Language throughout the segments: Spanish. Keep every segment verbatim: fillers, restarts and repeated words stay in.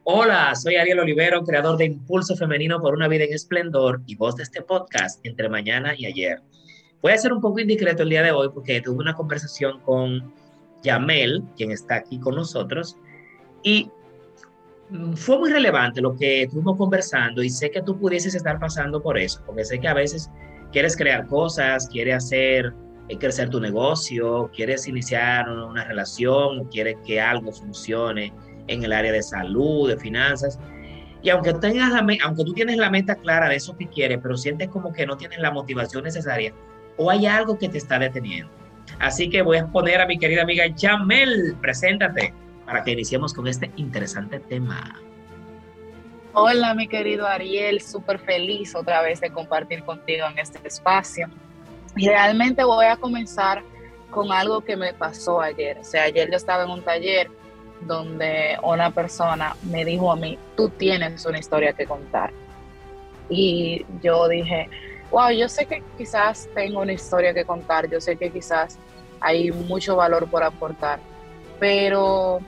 Hola, soy Ariel Olivero, creador de Impulso Femenino por una vida en esplendor y voz de este podcast entre mañana y ayer. Voy a ser un poco indiscreto el día de hoy porque tuve una conversación con Yamel, quien está aquí con nosotros, y mm, fue muy relevante lo que estuvimos conversando y sé que tú pudieses estar pasando por eso, porque sé que a veces quieres crear cosas, quieres hacer eh, crecer tu negocio, quieres iniciar una relación o quieres que algo funcione en el área de salud, de finanzas. Y aunque tengas la, aunque tú tienes la meta clara de eso que quieres, pero sientes como que no tienes la motivación necesaria o hay algo que te está deteniendo. Así que voy a poner a mi querida amiga Jamel, preséntate para que iniciemos con este interesante tema. Hola, mi querido Ariel, súper feliz otra vez de compartir contigo en este espacio. Y realmente voy a comenzar con algo que me pasó ayer. O sea, ayer yo estaba en un taller donde una persona me dijo a mí, tú tienes una historia que contar. Y yo dije, wow, yo sé que quizás tengo una historia que contar, yo sé que quizás hay mucho valor por aportar, pero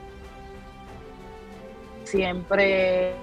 siempre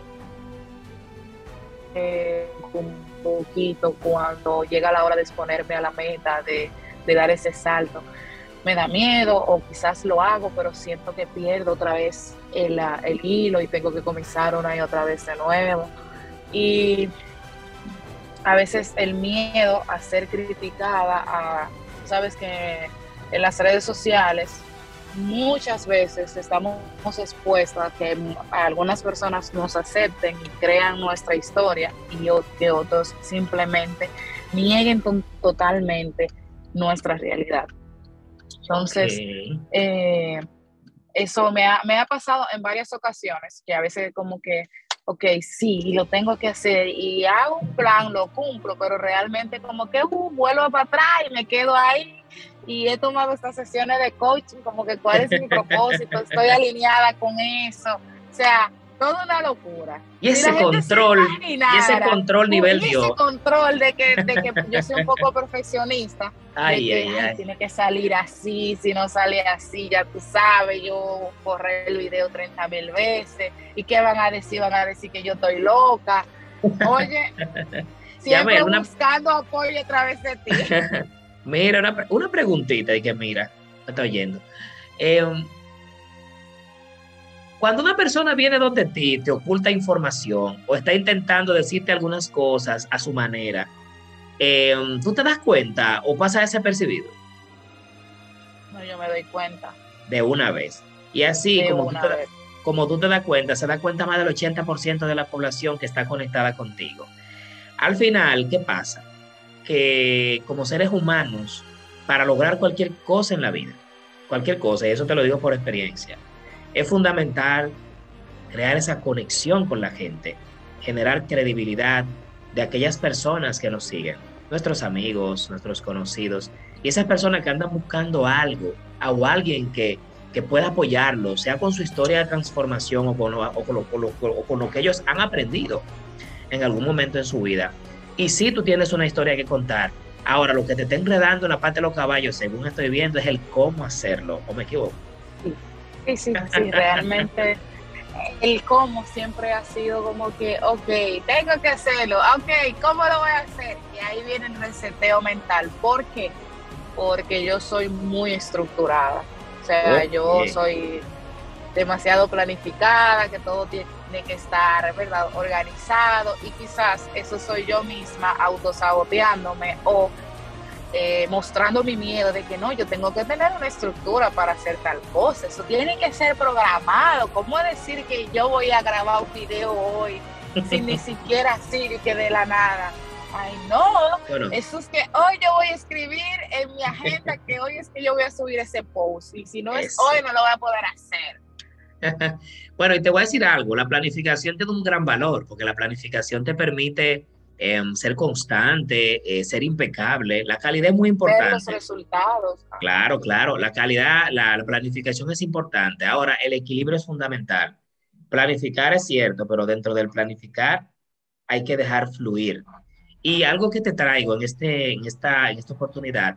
eh, un poquito cuando llega la hora de exponerme a la meta, de, de dar ese salto. Me da miedo o quizás lo hago, pero siento que pierdo otra vez el, el hilo y tengo que comenzar una y otra vez de nuevo. Y a veces el miedo a ser criticada, a, sabes que en las redes sociales muchas veces estamos expuestos a que algunas personas nos acepten y crean nuestra historia y que otros simplemente nieguen totalmente nuestra realidad. Entonces, Okay. eh, eso me ha, me ha pasado en varias ocasiones, que a veces como que, ok, sí, lo tengo que hacer y hago un plan, lo cumplo, pero realmente como que uh, vuelvo para atrás y me quedo ahí y he tomado estas sesiones de coaching, como que cuál es mi propósito, estoy alineada con eso, o sea, toda una locura. Y Si la ese gente se control, y ese imaginara, control uh, nivel y ese Dios. control de que, de que yo soy un poco perfeccionista, de Ay, que, ay, ay, ay. tiene que salir así, si no sale así, ya tú sabes, yo corré el video treinta mil veces, ¿y qué van a decir? Van a decir que yo estoy loca. Oye, siempre Yamel, una, buscando apoyo a través de ti. mira, una, una preguntita y que mira, me está oyendo. Eh, Cuando una persona viene donde ti, te oculta información o está intentando decirte algunas cosas a su manera, eh, ¿tú te das cuenta o pasa desapercibido No, yo me doy cuenta de una vez? Y así, de como tú te, una vez. como tú te das cuenta, se da cuenta más del ochenta por ciento de la población que está conectada contigo. Al final, ¿qué pasa? Que como seres humanos, para lograr cualquier cosa en la vida, cualquier cosa, y eso te lo digo por experiencia, es fundamental crear esa conexión con la gente, generar credibilidad de aquellas personas que nos siguen, nuestros amigos, nuestros conocidos, y esas personas que andan buscando algo o alguien que, que pueda apoyarlo, sea con su historia de transformación o con, lo, o, con lo, o, lo, o con lo que ellos han aprendido en algún momento en su vida. Y si tú tienes una historia que contar, ahora lo que te está enredando en la parte de los caballos, según estoy viendo, es el cómo hacerlo, ¿o me equivoco? Sí, sí, sí, sí, realmente el cómo siempre ha sido como que, ok, tengo que hacerlo, ok, ¿cómo lo voy a hacer? Y ahí viene el reseteo mental. ¿Por qué? Porque yo soy muy estructurada. O sea, Ok. yo soy demasiado planificada, que todo tiene que estar, ¿verdad?, organizado, y quizás eso soy yo misma autosaboteándome o eh, mostrando mi miedo de que no, yo tengo que tener una estructura para hacer tal cosa, eso tiene que ser programado. ¿Cómo decir que yo voy a grabar un video hoy sin ni siquiera así que de la nada? Ay, no, Bueno, eso es que hoy yo voy a escribir en mi agenda que hoy es que yo voy a subir ese post y si no es eso. hoy no lo voy a poder hacer. Bueno, y te voy a decir algo, la planificación tiene un gran valor, porque la planificación te permite eh, ser constante, eh, ser impecable. La calidad es muy Ver los importante. resultados. Claro, claro, la calidad, la, la planificación es importante. Ahora, el equilibrio es fundamental. Planificar es cierto, pero dentro del planificar hay que dejar fluir. Y algo que te traigo en, este, en, esta, en esta oportunidad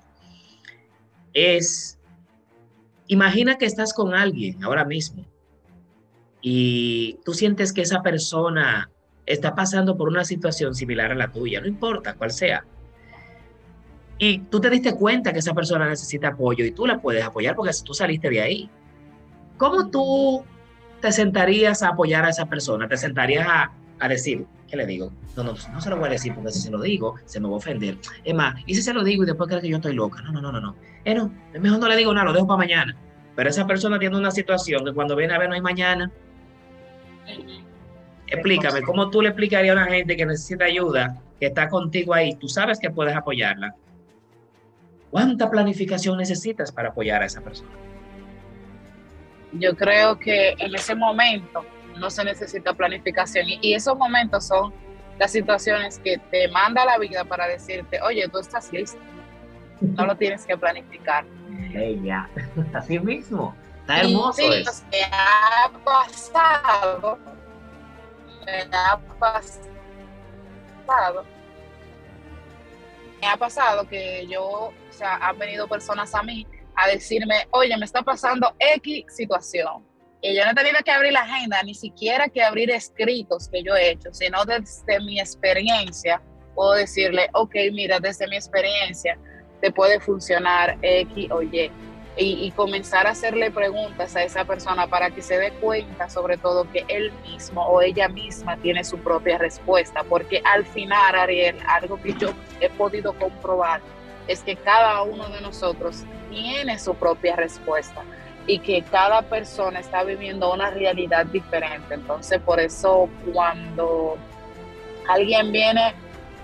es, imagina que estás con alguien ahora mismo y tú sientes que esa persona está pasando por una situación similar a la tuya, no importa cuál sea, y tú te diste cuenta que esa persona necesita apoyo y tú la puedes apoyar porque tú saliste de ahí. ¿Cómo tú te sentarías a apoyar a esa persona? ¿Te sentarías a, a decir, qué le digo? No, no, no se lo voy a decir porque si se lo digo, se me va a ofender. Es más, y si se lo digo y después cree que yo estoy loca. No, no, no, no, no. Eh, no, mejor no le digo nada, lo dejo para mañana. Pero esa persona tiene una situación que cuando viene a ver no hay mañana. Explícame, ¿cómo tú le explicarías a una gente que necesita ayuda, que está contigo ahí? Tú sabes que puedes apoyarla. ¿Cuánta planificación necesitas para apoyar a esa persona? Yo creo que en ese momento no se necesita planificación y, y esos momentos son las situaciones que te manda la vida para decirte, oye, tú estás listo, no lo tienes que planificar. Ella, así mismo, está hermoso y, sí, eso. Me ha pasado, me ha pasado, me ha pasado que yo, o sea, han venido personas a mí a decirme, oye, me está pasando X situación. Y yo no he tenido que abrir la agenda, ni siquiera que abrir escritos que yo he hecho, sino desde mi experiencia, puedo decirle, ok, mira, desde mi experiencia, te puede funcionar X o Y. Y, y comenzar a hacerle preguntas a esa persona para que se dé cuenta, sobre todo, que él mismo o ella misma tiene su propia respuesta. Porque al final, Ariel, algo que yo he podido comprobar es que cada uno de nosotros tiene su propia respuesta y que cada persona está viviendo una realidad diferente. Entonces, por eso cuando alguien viene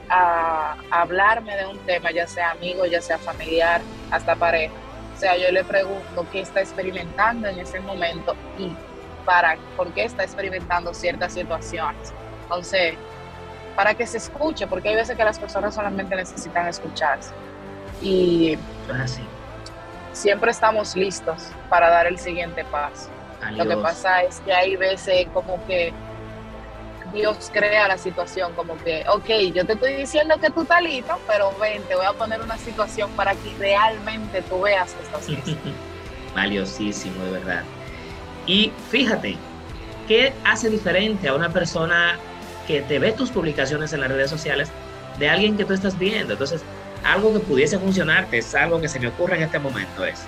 a hablarme de un tema, ya sea amigo, ya sea familiar, hasta pareja, o sea, yo le pregunto qué está experimentando en ese momento y para, por qué está experimentando ciertas situaciones. Entonces, para que se escuche, porque hay veces que las personas solamente necesitan escucharse. Y Ah, sí. siempre estamos listos para dar el siguiente paso. Adiós. Lo que pasa es que hay veces como que Dios crea la situación, como que, ok, yo te estoy diciendo que tú estás listo, pero ven, te voy a poner una situación para que realmente tú veas que estás listo. Valiosísimo, de verdad. Y fíjate, ¿qué hace diferente a una persona que te ve tus publicaciones en las redes sociales de alguien que tú estás viendo? Entonces, algo que pudiese funcionarte, es algo que se me ocurre en este momento, es,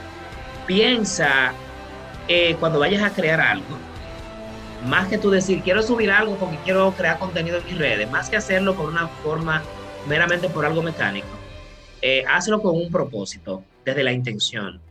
piensa eh, cuando vayas a crear algo, más que tú decir, quiero subir algo porque quiero crear contenido en mis redes, más que hacerlo por una forma meramente por algo mecánico, eh, hazlo con un propósito, desde la intención.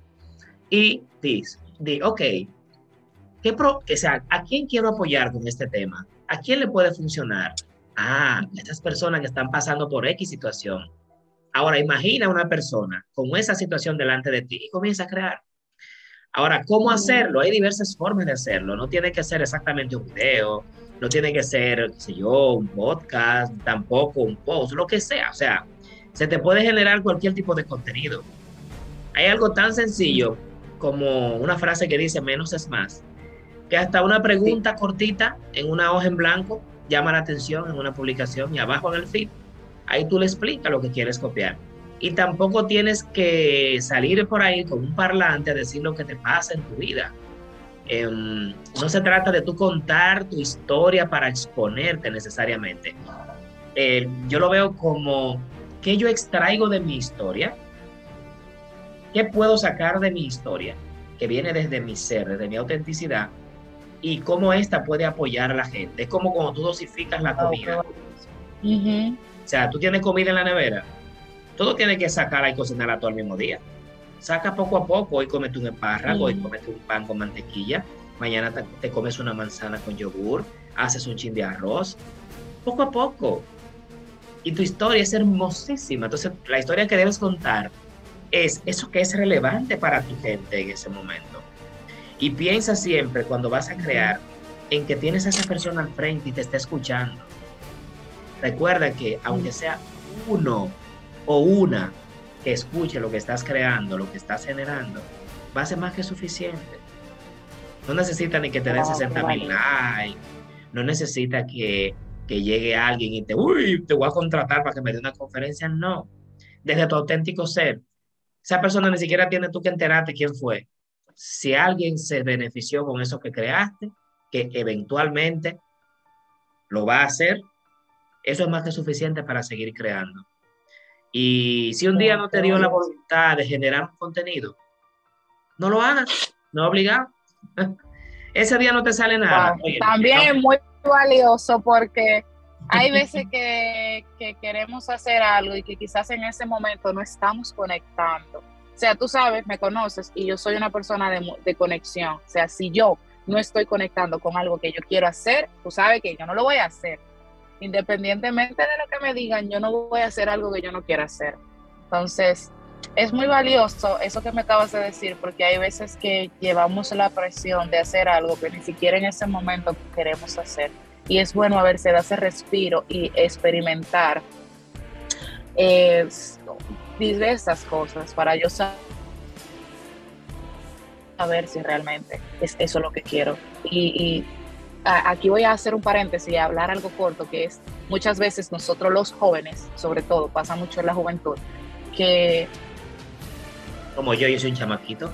Y di, di ok, ¿qué pro, o sea, ¿a quién quiero apoyar con este tema? ¿A quién le puede funcionar? Ah, estas personas que están pasando por X situación. Ahora, imagina una persona con esa situación delante de ti y comienza a crear. Ahora, ¿cómo hacerlo? Hay diversas formas de hacerlo. No tiene que ser exactamente un video, no tiene que ser, qué sé yo, un podcast, tampoco un post, lo que sea. O sea, se te puede generar cualquier tipo de contenido. Hay algo tan sencillo como una frase que dice menos es más, que hasta una pregunta cortita en una hoja en blanco llama la atención en una publicación y abajo en el feed, ahí tú le explicas lo que quieres copiar. Y tampoco tienes que salir por ahí con un parlante a decir lo que te pasa en tu vida. Eh, no se trata de tú contar tu historia para exponerte necesariamente. Eh, yo lo veo como, ¿qué yo extraigo de mi historia? ¿Qué puedo sacar de mi historia? Que viene desde mi ser, desde mi autenticidad, y cómo esta puede apoyar a la gente. Es como cuando tú dosificas la comida. Uh-huh. O sea, tú tienes comida en la nevera, todo tiene que sacarla y cocinarla todo el mismo día. Saca poco a poco, hoy comete un espárrago, hoy comete un pan con mantequilla, mañana te, te comes una manzana con yogur, haces un chin de arroz, poco a poco. Y tu historia es hermosísima. Entonces, la historia que debes contar es eso que es relevante para tu gente en ese momento. Y piensa siempre cuando vas a crear en que tienes a esa persona al frente y te está escuchando. Recuerda que aunque sea uno o una que escuche lo que estás creando, lo que estás generando, va a ser más que suficiente. No necesita ni que te den sesenta mil likes, no necesita que, que llegue alguien y te, uy, te voy a contratar para que me dé una conferencia, no. Desde tu auténtico ser, esa persona ni siquiera tiene tú que enterarte quién fue. Si alguien se benefició con eso que creaste, que eventualmente lo va a hacer, eso es más que suficiente para seguir creando. Y si un día no te dio la voluntad de generar un contenido, no lo hagas, no obligado. Ese día no te sale nada. Wow. Oye, También no. es muy valioso porque hay veces que, que queremos hacer algo y que quizás en ese momento no estamos conectando. O sea, tú sabes, me conoces y yo soy una persona de, de conexión. O sea, si yo no estoy conectando con algo que yo quiero hacer, tú sabes que yo no lo voy a hacer. Independientemente de lo que me digan, yo no voy a hacer algo que yo no quiera hacer. Entonces, es muy valioso eso que me acabas de decir, porque hay veces que llevamos la presión de hacer algo que ni siquiera en ese momento queremos hacer. Y es bueno a veces darse respiro y experimentar eh, diversas cosas para yo saber si realmente es eso lo que quiero. Y, y aquí voy a hacer un paréntesis y a hablar algo corto, que es muchas veces nosotros los jóvenes, sobre todo, pasa mucho en la juventud, que... Como yo, yo soy un chamaquito.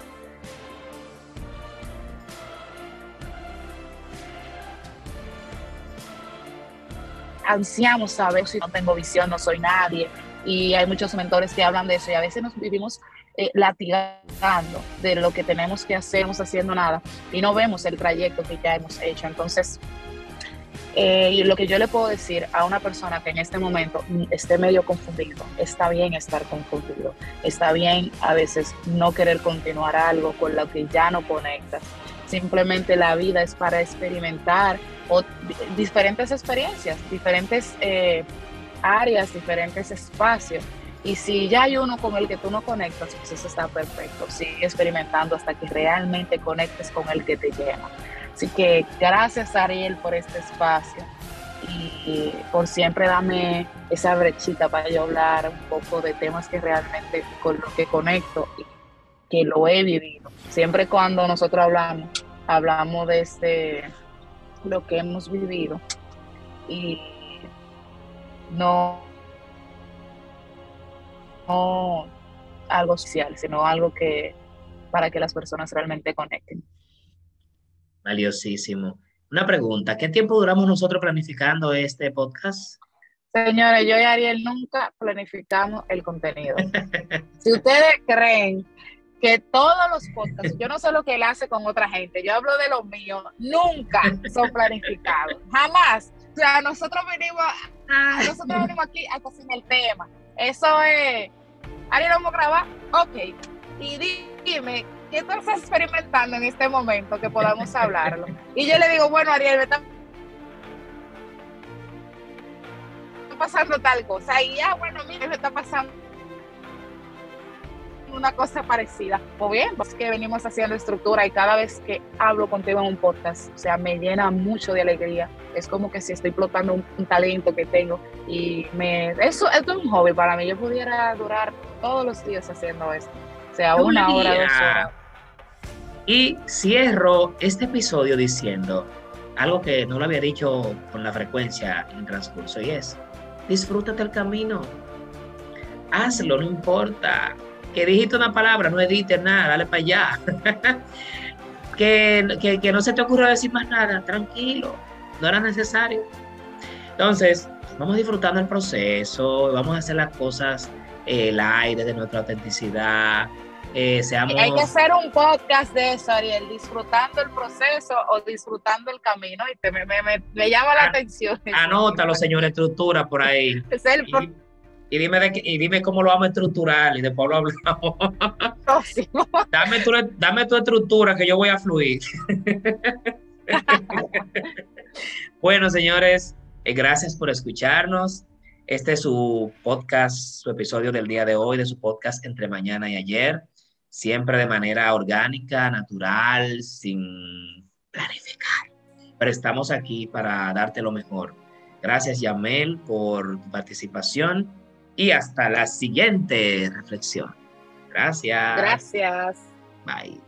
Ansiamos saber si no tengo visión, no soy nadie. Y hay muchos mentores que hablan de eso y a veces nos vivimos eh, latigando de lo que tenemos que hacer, no haciendo nada y no vemos el trayecto que ya hemos hecho. Entonces, eh, y lo que yo le puedo decir a una persona que en este momento esté medio confundido, está bien estar confundido, está bien a veces no querer continuar algo con lo que ya no conectas. Simplemente la vida es para experimentar o, diferentes experiencias, diferentes eh, áreas, diferentes espacios. Y si ya hay uno con el que tú no conectas, pues eso está perfecto. Sigue experimentando hasta que realmente conectes con el que te llena. Así que gracias, Ariel, por este espacio y por siempre darme esa brechita para yo hablar un poco de temas que realmente con lo que conecto y que lo he vivido. Siempre cuando nosotros hablamos, hablamos desde lo que hemos vivido y no, no algo social, sino algo que para que las personas realmente conecten. Valiosísimo. Una pregunta, ¿qué tiempo duramos nosotros planificando este podcast? Señores, yo y Ariel nunca planificamos el contenido. Si ustedes creen que todos los podcasts, yo no sé lo que él hace con otra gente, yo hablo de los míos, nunca son planificados, jamás. O sea, nosotros venimos, a, nosotros venimos aquí a cocinar el tema. Eso es, Ariel, vamos a grabar, ok. Y dime, ¿qué tú estás experimentando en este momento que podamos hablarlo? Y yo le digo, bueno, Ariel, me está pasando tal cosa. Y ya, bueno, mira, me está pasando una cosa parecida. Pues bien, pues que venimos haciendo estructura y cada vez que hablo contigo en un podcast, o sea, me llena mucho de alegría. Es como que si estoy explotando un, un talento que tengo y me, eso, esto es un hobby para mí. Yo pudiera durar todos los días haciendo esto. O sea, una hora, dos horas. Y cierro este episodio diciendo algo que no lo había dicho con la frecuencia en el transcurso y es, disfrútate el camino. Hazlo, no importa. Que dijiste una palabra, no edites nada, dale para allá. que, que, que no se te ocurra decir más nada, tranquilo, no era necesario. Entonces, vamos disfrutando el proceso, vamos a hacer las cosas eh, el aire de nuestra autenticidad. Eh, seamos... Hay que hacer un podcast de eso, Ariel, disfrutando el proceso o disfrutando el camino, y te, me, me, me, me llama la An atención. Anótalo, señor Estructura, por ahí. Es el y, y, dime de, y dime cómo lo vamos a estructurar y después lo hablamos. Próximo. Dame tu, dame tu estructura que yo voy a fluir. Bueno, señores, eh, gracias por escucharnos. Este es su podcast, su episodio del día de hoy, de su podcast Entre Mañana y Ayer. Siempre de manera orgánica, natural, sin planificar. Pero estamos aquí para darte lo mejor. Gracias, Yamel, por tu participación y hasta la siguiente reflexión. Gracias. Gracias. Bye.